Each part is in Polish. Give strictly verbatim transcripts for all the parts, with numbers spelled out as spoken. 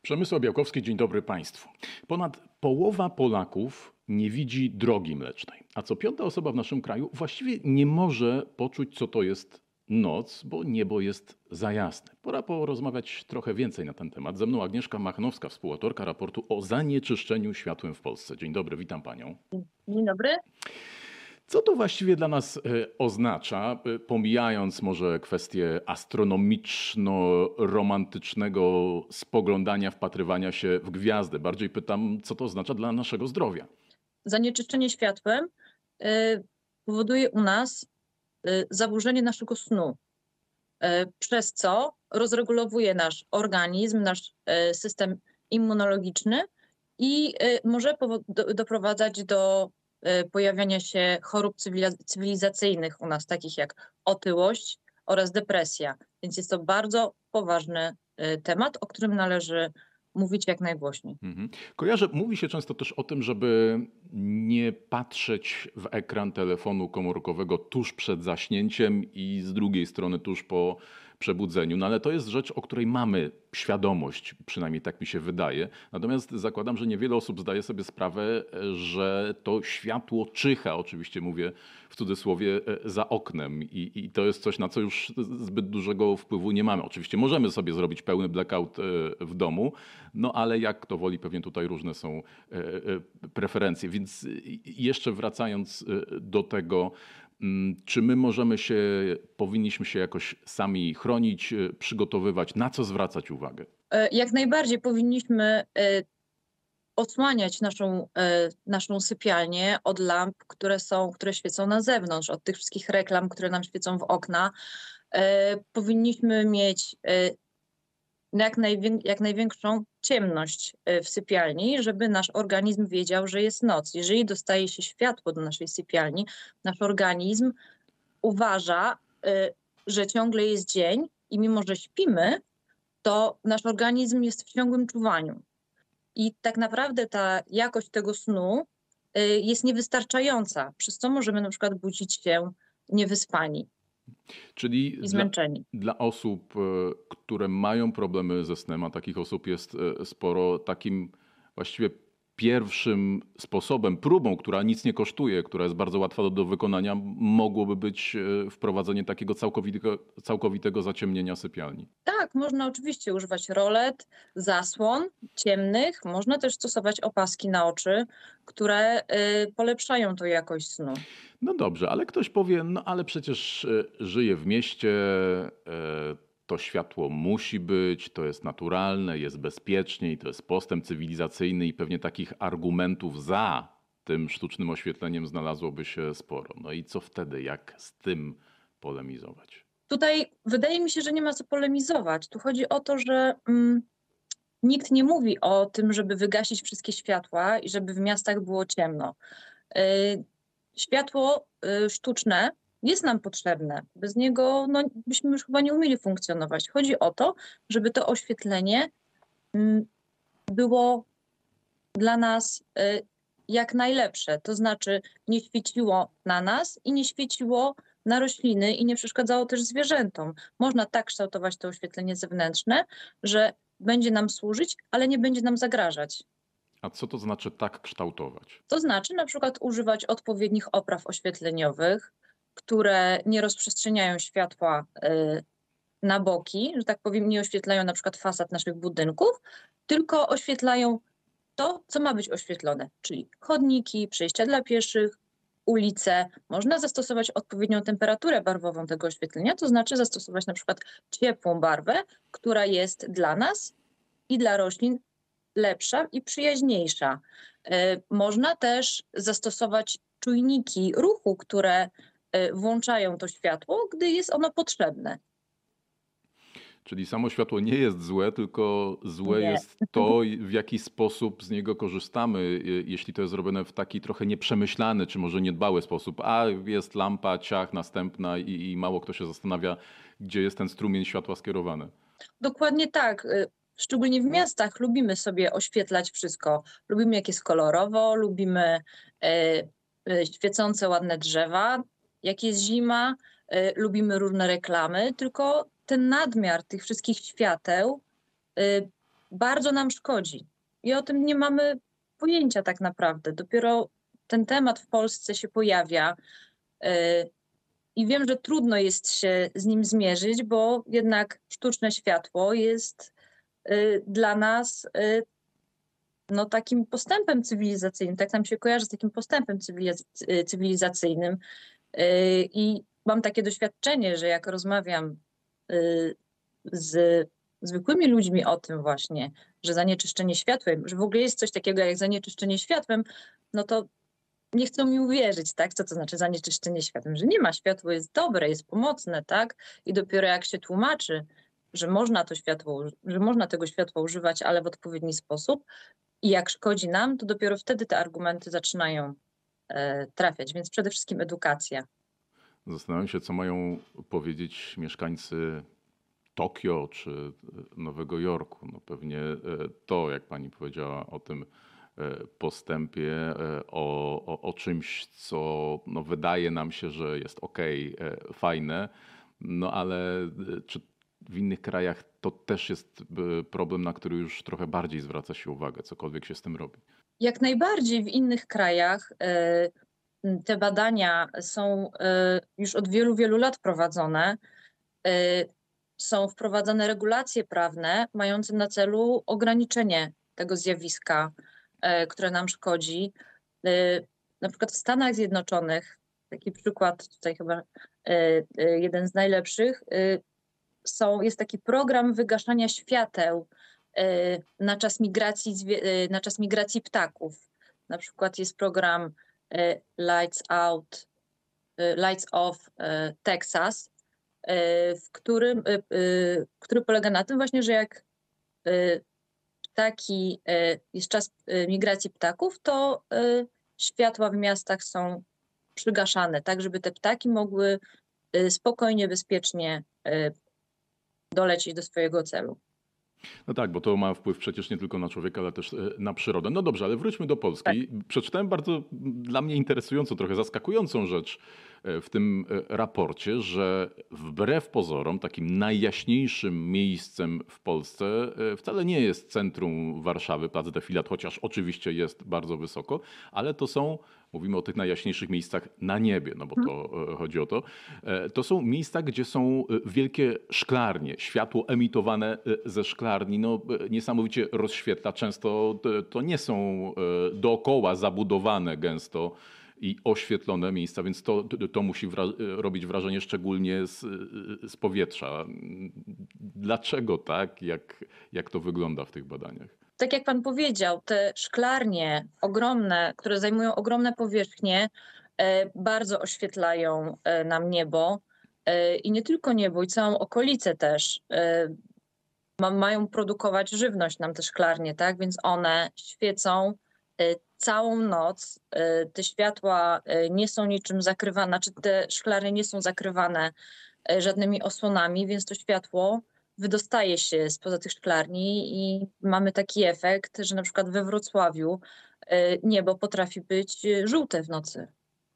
Przemysław Białkowski, dzień dobry Państwu. Ponad połowa Polaków nie widzi drogi mlecznej, a co piąta osoba w naszym kraju właściwie nie może poczuć, co to jest noc, bo niebo jest za jasne. Pora porozmawiać trochę więcej na ten temat. Ze mną Agnieszka Machnowska, współautorka raportu o zanieczyszczeniu światłem w Polsce. Dzień dobry, witam Panią. Dzień dobry. Co to właściwie dla nas e, oznacza, e, pomijając może kwestię astronomiczno-romantycznego spoglądania, wpatrywania się w gwiazdy? Bardziej pytam, co to oznacza dla naszego zdrowia? Zanieczyszczenie światłem y, powoduje u nas y, zaburzenie naszego snu, y, przez co rozregulowuje nasz organizm, nasz y, system immunologiczny i y, może powo- do, doprowadzać do y, pojawiania się chorób cywiliz- cywilizacyjnych u nas, takich jak otyłość oraz depresja. Więc jest to bardzo poważny y, temat, o którym należy mówić jak najgłośniej. Mhm. Kojarzę, mówi się często też o tym, żeby nie patrzeć w ekran telefonu komórkowego tuż przed zaśnięciem i z drugiej strony tuż po przebudzeniu. No ale to jest rzecz, o której mamy świadomość, przynajmniej tak mi się wydaje. Natomiast zakładam, że niewiele osób zdaje sobie sprawę, że to światło czyha, oczywiście mówię w cudzysłowie, za oknem i, i to jest coś, na co już zbyt dużego wpływu nie mamy. Oczywiście możemy sobie zrobić pełny blackout w domu, no ale jak kto woli, pewnie tutaj różne są preferencje. Więc jeszcze wracając do tego, czy my możemy się, powinniśmy się jakoś sami chronić, przygotowywać, na co zwracać uwagę? Jak najbardziej powinniśmy odsłaniać naszą, naszą sypialnię od lamp, które są, które świecą na zewnątrz, od tych wszystkich reklam, które nam świecą w okna. Powinniśmy mieć jak, najwię- jak największą ciemność w sypialni, żeby nasz organizm wiedział, że jest noc. Jeżeli dostaje się światło do naszej sypialni, nasz organizm uważa, że ciągle jest dzień i mimo, że śpimy, to nasz organizm jest w ciągłym czuwaniu. I tak naprawdę ta jakość tego snu jest niewystarczająca, przez co możemy na przykład budzić się niewyspani Czyli i dla, zmęczeni. dla osób, które mają problemy ze snem, a takich osób jest sporo, takim właściwie pierwszym sposobem, próbą, która nic nie kosztuje, która jest bardzo łatwa do, do wykonania, mogłoby być wprowadzenie takiego całkowitego, całkowitego zaciemnienia sypialni. Tak, można oczywiście używać rolet, zasłon ciemnych. Można też stosować opaski na oczy, które y, polepszają tą jakość snu. No dobrze, ale ktoś powie, no ale przecież e, żyję w mieście, e, to światło musi być, to jest naturalne, jest bezpieczniej, to jest postęp cywilizacyjny i pewnie takich argumentów za tym sztucznym oświetleniem znalazłoby się sporo. No i co wtedy, jak z tym polemizować? Tutaj wydaje mi się, że nie ma co polemizować. Tu chodzi o to, że mm, nikt nie mówi o tym, żeby wygasić wszystkie światła i żeby w miastach było ciemno. Y, Światło y, sztuczne jest nam potrzebne. Bez niego no, byśmy już chyba nie umieli funkcjonować. Chodzi o to, żeby to oświetlenie mm, było dla nas y, jak najlepsze. To znaczy nie świeciło na nas i nie świeciło na rośliny i nie przeszkadzało też zwierzętom. Można tak kształtować to oświetlenie zewnętrzne, że będzie nam służyć, ale nie będzie nam zagrażać. A co to znaczy tak kształtować? To znaczy na przykład używać odpowiednich opraw oświetleniowych, które nie rozprzestrzeniają światła y, na boki, że tak powiem, nie oświetlają na przykład fasad naszych budynków, tylko oświetlają to, co ma być oświetlone, czyli chodniki, przejścia dla pieszych, ulice. Można zastosować odpowiednią temperaturę barwową tego oświetlenia, to znaczy zastosować na przykład ciepłą barwę, która jest dla nas i dla roślin lepsza i przyjaźniejsza. E, Można też zastosować czujniki ruchu, które e, włączają to światło, gdy jest ono potrzebne. Czyli samo światło nie jest złe, tylko złe Nie. jest to, w jaki sposób z niego korzystamy, je- jeśli to jest zrobione w taki trochę nieprzemyślany, czy może niedbały sposób. A jest lampa, ciach, następna i, i mało kto się zastanawia, gdzie jest ten strumień światła skierowany. Dokładnie tak. Y, Szczególnie w miastach lubimy sobie oświetlać wszystko. Lubimy, jak jest kolorowo, lubimy e, e, świecące, ładne drzewa. Jak jest zima, e, lubimy różne reklamy, tylko ten nadmiar tych wszystkich świateł e, bardzo nam szkodzi. I o tym nie mamy pojęcia tak naprawdę. Dopiero ten temat w Polsce się pojawia. y, I wiem, że trudno jest się z nim zmierzyć, bo jednak sztuczne światło jest y, dla nas y, no, takim postępem cywilizacyjnym. Tak nam się kojarzy z takim postępem cywilizac- y, cywilizacyjnym. Y, I mam takie doświadczenie, że jak rozmawiam y, z zwykłymi ludźmi o tym właśnie, że zanieczyszczenie światłem, że w ogóle jest coś takiego jak zanieczyszczenie światłem, no to nie chcą mi uwierzyć, tak? Co to znaczy zanieczyszczenie światłem? Że nie ma, światło jest dobre, jest pomocne, tak? I dopiero jak się tłumaczy, że można to światło, że można tego światła używać, ale w odpowiedni sposób i jak szkodzi nam, to dopiero wtedy te argumenty zaczynają e, trafiać. Więc przede wszystkim edukacja. Zastanawiam się, co mają powiedzieć mieszkańcy Tokio czy e, Nowego Jorku. No pewnie e, to, jak pani powiedziała o tym e, postępie, e, o, o, o czymś, co no, wydaje nam się, że jest okej, e, fajne, no ale e, czy w innych krajach to też jest e, problem, na który już trochę bardziej zwraca się uwagę, cokolwiek się z tym robi? Jak najbardziej w innych krajach e, te badania są e, już od wielu, wielu lat prowadzone. E, Są wprowadzane regulacje prawne mające na celu ograniczenie tego zjawiska, e, które nam szkodzi. E, Na przykład w Stanach Zjednoczonych, taki przykład tutaj chyba e, e, jeden z najlepszych, e, są, jest taki program wygaszania świateł e, na czas migracji, zwie- e, na czas migracji ptaków. Na przykład jest program e, Lights Out, e, Lights Off e, Texas, e, w którym, e, e, który polega na tym właśnie, że jak e, ptaki, e, jest czas e, migracji ptaków, to e, światła w miastach są przygaszane, tak żeby te ptaki mogły e, spokojnie, bezpiecznie e, dolecieć do swojego celu. No tak, bo to ma wpływ przecież nie tylko na człowieka, ale też e, na przyrodę. No dobrze, ale wróćmy do Tak. Polski. Przeczytałem bardzo mm, dla mnie interesującą, trochę zaskakującą rzecz e, w tym e, raporcie, że wbrew pozorom takim najjaśniejszym miejscem w Polsce e, wcale nie jest centrum Warszawy, Plac Defilat, chociaż oczywiście jest bardzo wysoko, ale to są, mówimy o tych najjaśniejszych miejscach na niebie, no bo to e, chodzi o to. E, To są miejsca, gdzie są e, wielkie szklarnie, światło emitowane e, ze szklarni, no e, niesamowicie rozświetla. Często to, to nie są e, dookoła zabudowane gęsto i oświetlone miejsca, więc to, to, to musi wra- robić wrażenie szczególnie z, z powietrza. Dlaczego tak? Jak, jak to wygląda w tych badaniach? Tak jak pan powiedział, te szklarnie ogromne, które zajmują ogromne powierzchnie, e, bardzo oświetlają e, nam niebo. E, I nie tylko niebo, i całą okolicę też. E, ma, mają produkować żywność nam te szklarnie, tak? Więc one świecą e, całą noc. E, Te światła e, nie są niczym zakrywane, znaczy te szklarnie nie są zakrywane e, żadnymi osłonami, więc to światło wydostaje się spoza tych szklarni i mamy taki efekt, że na przykład we Wrocławiu e, niebo potrafi być e, żółte w nocy.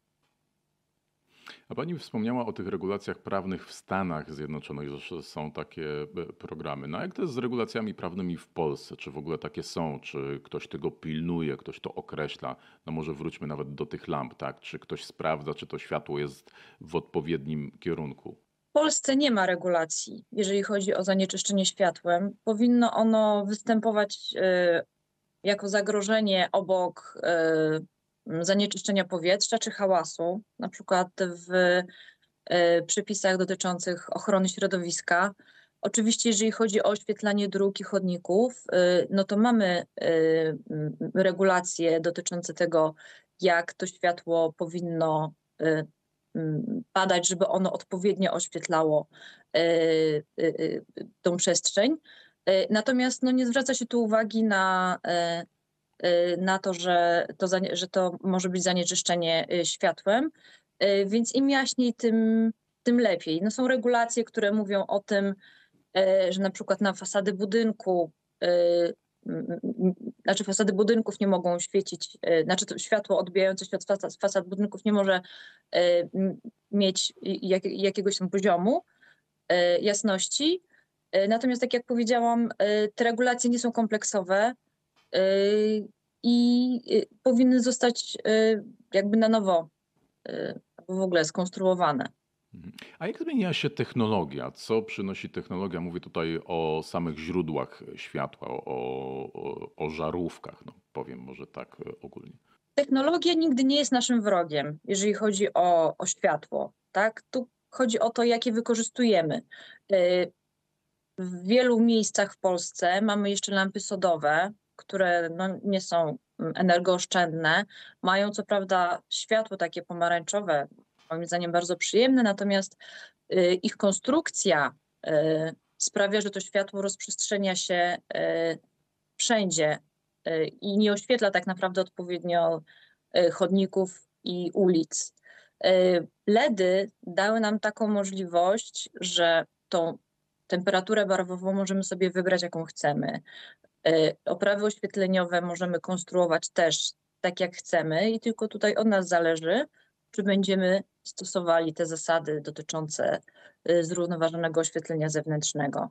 A pani wspomniała o tych regulacjach prawnych w Stanach Zjednoczonych, że są takie e, programy. No a jak to jest z regulacjami prawnymi w Polsce? Czy w ogóle takie są? Czy ktoś tego pilnuje, ktoś to określa? No może wróćmy nawet do tych lamp, tak? Czy ktoś sprawdza, czy to światło jest w odpowiednim kierunku? W Polsce nie ma regulacji, jeżeli chodzi o zanieczyszczenie światłem. Powinno ono występować e, jako zagrożenie obok e, zanieczyszczenia powietrza czy hałasu, na przykład w e, przepisach dotyczących ochrony środowiska. Oczywiście, jeżeli chodzi o oświetlanie dróg i chodników, e, no to mamy e, m, regulacje dotyczące tego, jak to światło powinno e, m, padać, żeby ono odpowiednio oświetlało e, e, e, tą przestrzeń. E, Natomiast no, nie zwraca się tu uwagi na, e, e, na to, że to, zanie- że to może być zanieczyszczenie e, światłem, E, więc im jaśniej, tym, tym lepiej. No, są regulacje, które mówią o tym, e, że na przykład na fasady budynku, e, m, m, znaczy fasady budynków nie mogą świecić, e, znaczy to światło odbijające się od fasad, fasad budynków nie może e, m, mieć jak, jakiegoś tam poziomu e, jasności. E, Natomiast tak jak powiedziałam, e, te regulacje nie są kompleksowe e, i e, powinny zostać e, jakby na nowo e, albo w ogóle skonstruowane. Mhm. A jak zmienia się technologia? Co przynosi technologia? Mówię tutaj o samych źródłach światła, o, o, o żarówkach, no, powiem może tak e, ogólnie. Technologia nigdy nie jest naszym wrogiem, jeżeli chodzi o, o światło, tak? Tu chodzi o to, jakie wykorzystujemy. E, W wielu miejscach w Polsce mamy jeszcze lampy sodowe, które no, nie są mm, energooszczędne. Mają co prawda światło takie pomarańczowe, moim zdaniem bardzo przyjemne, natomiast y, ich konstrukcja y, sprawia, że to światło rozprzestrzenia się y, wszędzie y, i nie oświetla tak naprawdę odpowiednio y, chodników i ulic. Y, LEDy dały nam taką możliwość, że tą temperaturę barwową możemy sobie wybrać, jaką chcemy. Y, Oprawy oświetleniowe możemy konstruować też tak, jak chcemy i tylko tutaj od nas zależy, czy będziemy stosowali te zasady dotyczące y, zrównoważonego oświetlenia zewnętrznego.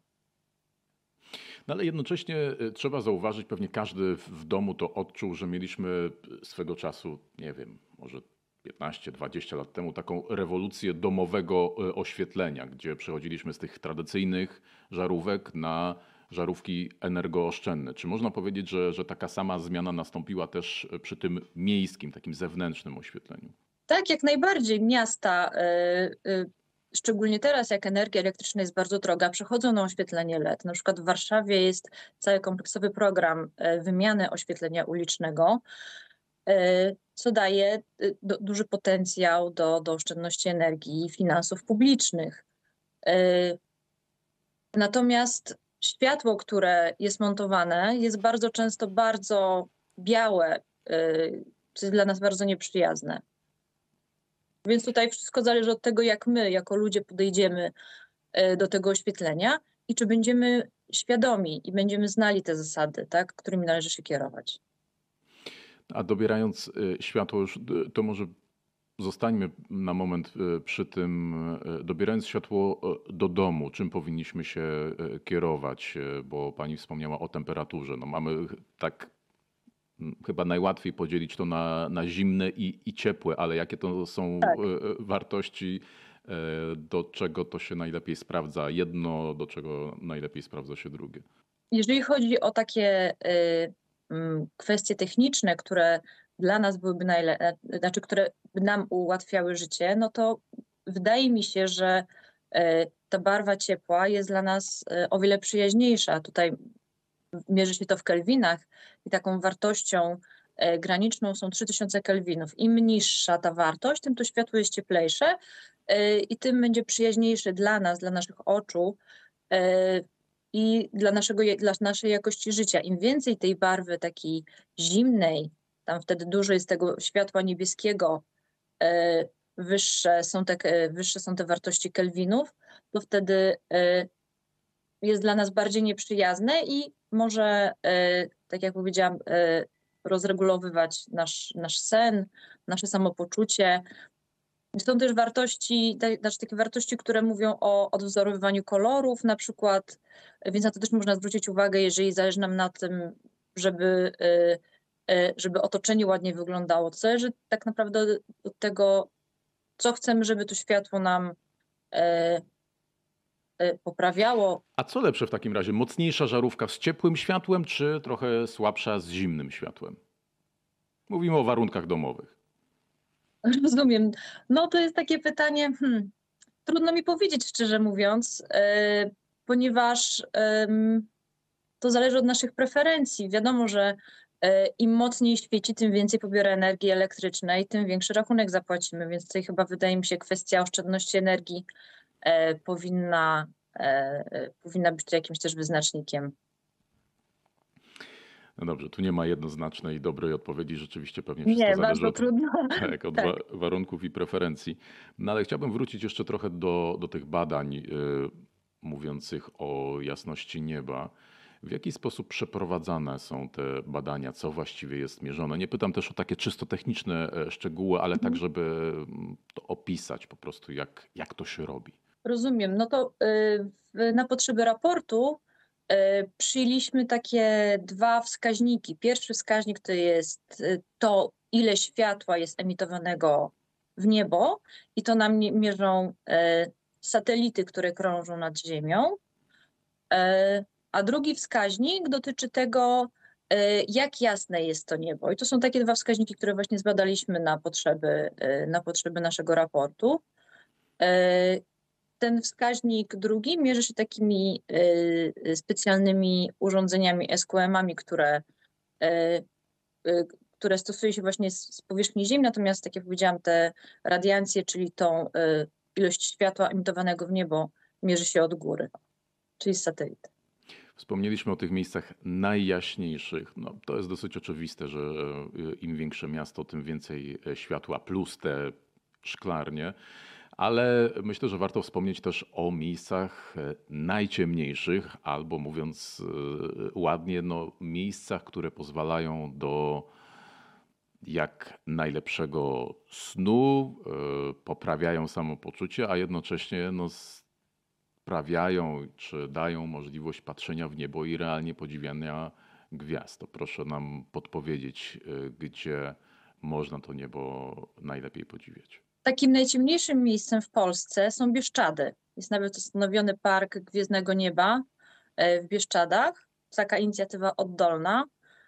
No ale jednocześnie e, trzeba zauważyć, pewnie każdy w w domu to odczuł, że mieliśmy swego czasu, nie wiem, może piętnaście dwadzieścia lat temu taką rewolucję domowego e, oświetlenia, gdzie przechodziliśmy z tych tradycyjnych żarówek na żarówki energooszczędne. Czy można powiedzieć, że, że taka sama zmiana nastąpiła też przy tym miejskim, takim zewnętrznym oświetleniu? Tak, jak najbardziej miasta, y, y, szczególnie teraz, jak energia elektryczna jest bardzo droga, przechodzą na oświetlenie L E D. Na przykład w Warszawie jest cały kompleksowy program y, wymiany oświetlenia ulicznego, y, co daje y, do, duży potencjał do, do oszczędności energii i finansów publicznych. Y, Natomiast światło, które jest montowane, jest bardzo często bardzo białe, y, co jest dla nas bardzo nieprzyjazne. Więc tutaj wszystko zależy od tego, jak my, jako ludzie, podejdziemy e, do tego oświetlenia i czy będziemy świadomi i będziemy znali te zasady, tak, którymi należy się kierować. A dobierając y, światło już, y, to może zostańmy na moment y, przy tym, y, dobierając światło y, do domu, czym powinniśmy się y, kierować, Y, bo pani wspomniała o temperaturze. No mamy ch- tak mm, chyba najłatwiej podzielić to na, na zimne i, i ciepłe, ale jakie to są Tak. y, y, wartości, y, do czego to się najlepiej sprawdza jedno, do czego najlepiej sprawdza się drugie. Jeżeli chodzi o takie y, mm, kwestie techniczne, które dla nas byłyby najlepsze, znaczy, które by nam ułatwiały życie, no to wydaje mi się, że y, ta barwa ciepła jest dla nas y, o wiele przyjaźniejsza. Tutaj mierzy się to w kelwinach i taką wartością e, graniczną są trzy tysiące kelwinów. Im niższa ta wartość, tym to światło jest cieplejsze e, i tym będzie przyjaźniejsze dla nas, dla naszych oczu e, i dla, naszego, dla naszej jakości życia. Im więcej tej barwy takiej zimnej, tam wtedy dużo jest tego światła niebieskiego, e, wyższe są te, e, wyższe są te wartości kelwinów, to wtedy e, jest dla nas bardziej nieprzyjazne i może, e, tak jak powiedziałam, e, rozregulowywać nasz, nasz sen, nasze samopoczucie. Są też wartości, te- znaczy takie wartości, które mówią o odwzorowywaniu kolorów na przykład, więc na to też można zwrócić uwagę, jeżeli zależy nam na tym, żeby, e, e, żeby otoczenie ładnie wyglądało. To zależy tak naprawdę od od tego, co chcemy, żeby to światło nam e, e, poprawiało. A co lepsze w takim razie? Mocniejsza żarówka z ciepłym światłem, czy trochę słabsza z zimnym światłem? Mówimy o warunkach domowych. Rozumiem. No to jest takie pytanie, hmm, trudno mi powiedzieć, szczerze mówiąc, e, ponieważ em, to zależy od naszych preferencji. Wiadomo, że e, im mocniej świeci, tym więcej pobiera energii elektrycznej, tym większy rachunek zapłacimy, więc tutaj chyba wydaje mi się kwestia oszczędności energii e, powinna, e, e, powinna być tu jakimś też wyznacznikiem. No dobrze, tu nie ma jednoznacznej dobrej odpowiedzi. Rzeczywiście pewnie wszystko Nie, zależy bardzo od, trudno. tak, od wa- Tak. warunków i preferencji. No ale chciałbym wrócić jeszcze trochę do, do tych badań y, mówiących o jasności nieba. W jaki sposób przeprowadzane są te badania? Co właściwie jest mierzone? Nie pytam też o takie czysto techniczne e, szczegóły, ale tak, żeby mm, to opisać po prostu, jak, jak to się robi. Rozumiem. No to y, w- na potrzeby raportu y, przyjęliśmy takie dwa wskaźniki. Pierwszy wskaźnik to jest y, to, ile światła jest emitowanego w niebo i to nam mi- mierzą y, satelity, które krążą nad Ziemią. Y, A drugi wskaźnik dotyczy tego, y, jak jasne jest to niebo. I to są takie dwa wskaźniki, które właśnie zbadaliśmy na potrzeby, y, na potrzeby naszego raportu. Y, Ten wskaźnik drugi mierzy się takimi y, specjalnymi urządzeniami S Q M-ami, które, y, y, które stosuje się właśnie z, z powierzchni Ziemi, natomiast tak jak powiedziałam, te radiancje, czyli tą y, ilość światła emitowanego w niebo mierzy się od góry, czyli z satelity. Wspomnieliśmy o tych miejscach najjaśniejszych. No, to jest dosyć oczywiste, że e, im większe miasto, tym więcej e, światła, plus te szklarnie. Ale myślę, że warto wspomnieć też o miejscach e, najciemniejszych, albo mówiąc e, ładnie, no, miejscach, które pozwalają do jak najlepszego snu, e, poprawiają samopoczucie, a jednocześnie no, sprawiają czy dają możliwość patrzenia w niebo i realnie podziwiania gwiazd. To proszę nam podpowiedzieć, e, gdzie można to niebo najlepiej podziwiać. Takim najciemniejszym miejscem w Polsce są Bieszczady. Jest nawet ustanowiony Park Gwiezdnego Nieba e, w Bieszczadach. Taka inicjatywa oddolna.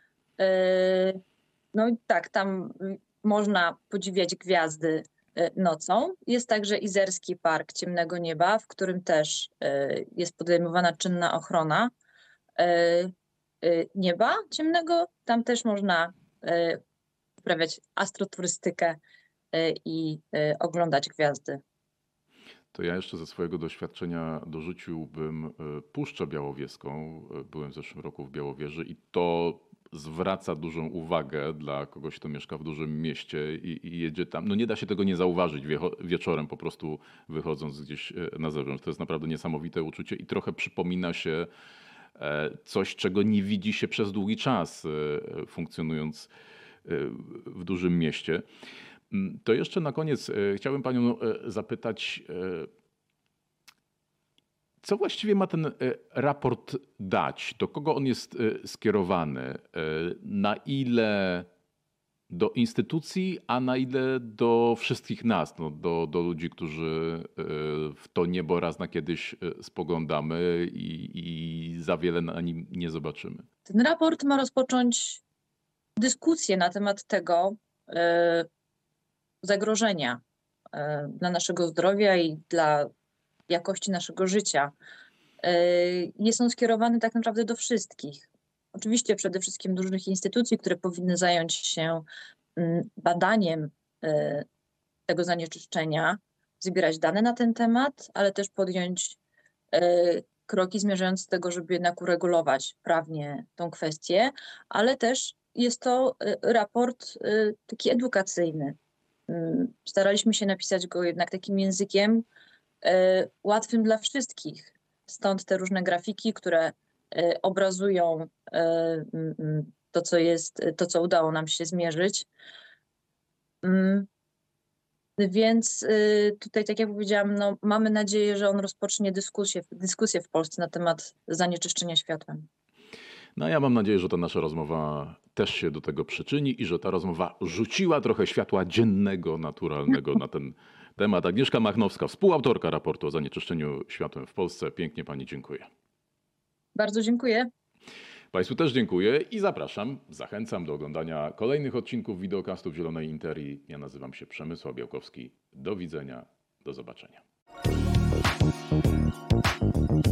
E, No i tak, tam y, można podziwiać gwiazdy y, nocą. Jest także Izerski Park Ciemnego Nieba, w którym też y, jest podejmowana czynna ochrona y, y, nieba ciemnego. Tam też można y, uprawiać astroturystykę y, i y, oglądać gwiazdy. To ja jeszcze ze swojego doświadczenia dorzuciłbym e, Puszczę Białowieską. E, Byłem w zeszłym roku w Białowieży i to zwraca dużą uwagę dla kogoś, kto mieszka w dużym mieście i, i jedzie tam. No nie da się tego nie zauważyć wiecho- wieczorem, po prostu wychodząc gdzieś e, na zewnątrz. To jest naprawdę niesamowite uczucie i trochę przypomina się e, coś, czego nie widzi się przez długi czas, e, funkcjonując e, w dużym mieście. Mm, To jeszcze na koniec e, chciałbym Panią e, zapytać, e, co właściwie ma ten e, raport dać? Do kogo on jest e, skierowany? E, Na ile do instytucji, a na ile do wszystkich nas, no, do, do ludzi, którzy e, w to niebo raz na kiedyś e, spoglądamy i, i za wiele na nim nie zobaczymy? Ten raport ma rozpocząć dyskusję na temat tego y, zagrożenia y, dla naszego zdrowia i dla jakości naszego życia. Y, Jest on skierowany tak naprawdę do wszystkich. Oczywiście przede wszystkim do różnych instytucji, które powinny zająć się mm, badaniem y, tego zanieczyszczenia, zbierać dane na ten temat, ale też podjąć y, kroki zmierzające do tego, żeby jednak uregulować prawnie tą kwestię, ale też jest to y, raport y, taki edukacyjny. Mm, Staraliśmy się napisać go jednak takim językiem y, łatwym dla wszystkich. Stąd te różne grafiki, które y, obrazują y, mm, mm, to, co jest, to, co udało nam się zmierzyć. Mm, Więc y, tutaj, tak jak powiedziałam, no, mamy nadzieję, że on rozpocznie dyskusję, dyskusję w Polsce na temat zanieczyszczenia światłem. No ja mam nadzieję, że ta nasza rozmowa też się do tego przyczyni i że ta rozmowa rzuciła trochę światła dziennego, naturalnego na ten temat. Agnieszka Machnowska, współautorka raportu o zanieczyszczeniu światłem w Polsce. Pięknie Pani dziękuję. Bardzo dziękuję. Państwu też dziękuję i zapraszam, zachęcam do oglądania kolejnych odcinków wideokastów Zielonej Interii. Ja nazywam się Przemysław Białkowski. Do widzenia, do zobaczenia.